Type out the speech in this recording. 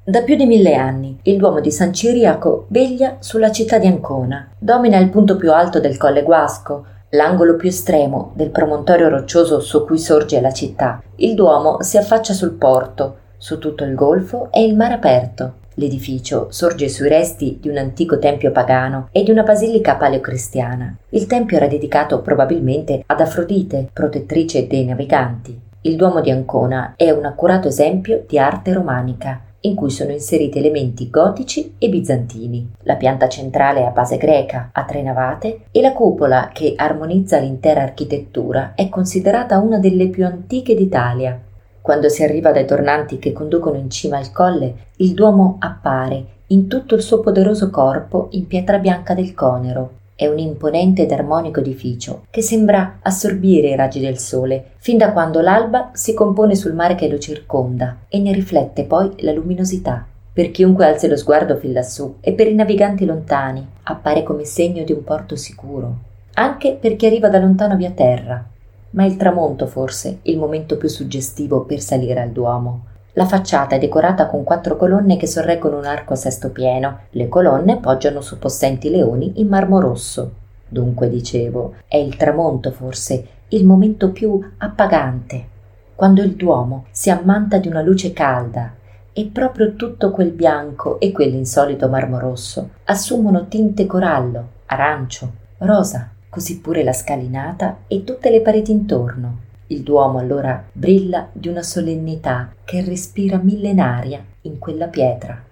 Da più di 1000 anni il Duomo di San Ciriaco veglia sulla città di Ancona. Domina il punto più alto del Colle Guasco, l'angolo più estremo del promontorio roccioso su cui sorge la città. Il Duomo si affaccia sul porto, su tutto il golfo e il mare aperto. L'edificio sorge sui resti di un antico tempio pagano e di una basilica paleocristiana. Il tempio era dedicato probabilmente ad Afrodite, protettrice dei naviganti. Il Duomo di Ancona è un accurato esempio di arte romanica, in cui sono inseriti elementi gotici e bizantini. La pianta centrale è a base greca, a 3 navate, e la cupola che armonizza l'intera architettura è considerata una delle più antiche d'Italia. Quando si arriva dai tornanti che conducono in cima al colle, il Duomo appare in tutto il suo poderoso corpo in pietra bianca del Conero. È un imponente ed armonico edificio che sembra assorbire i raggi del sole, fin da quando l'alba si compone sul mare che lo circonda e ne riflette poi la luminosità. Per chiunque alzi lo sguardo fin lassù e per i naviganti lontani appare come segno di un porto sicuro, anche per chi arriva da lontano via terra. Ma è il tramonto forse il momento più suggestivo per salire al Duomo. La facciata è decorata con 4 colonne che sorreggono un arco a sesto pieno. Le colonne poggiano su possenti leoni in marmo rosso. Dunque, dicevo, è il tramonto forse il momento più appagante, quando il Duomo si ammanta di una luce calda e proprio tutto quel bianco e quell'insolito marmo rosso assumono tinte corallo, arancio, rosa, così pure la scalinata e tutte le pareti intorno. Il Duomo allora brilla di una solennità che respira millenaria in quella pietra.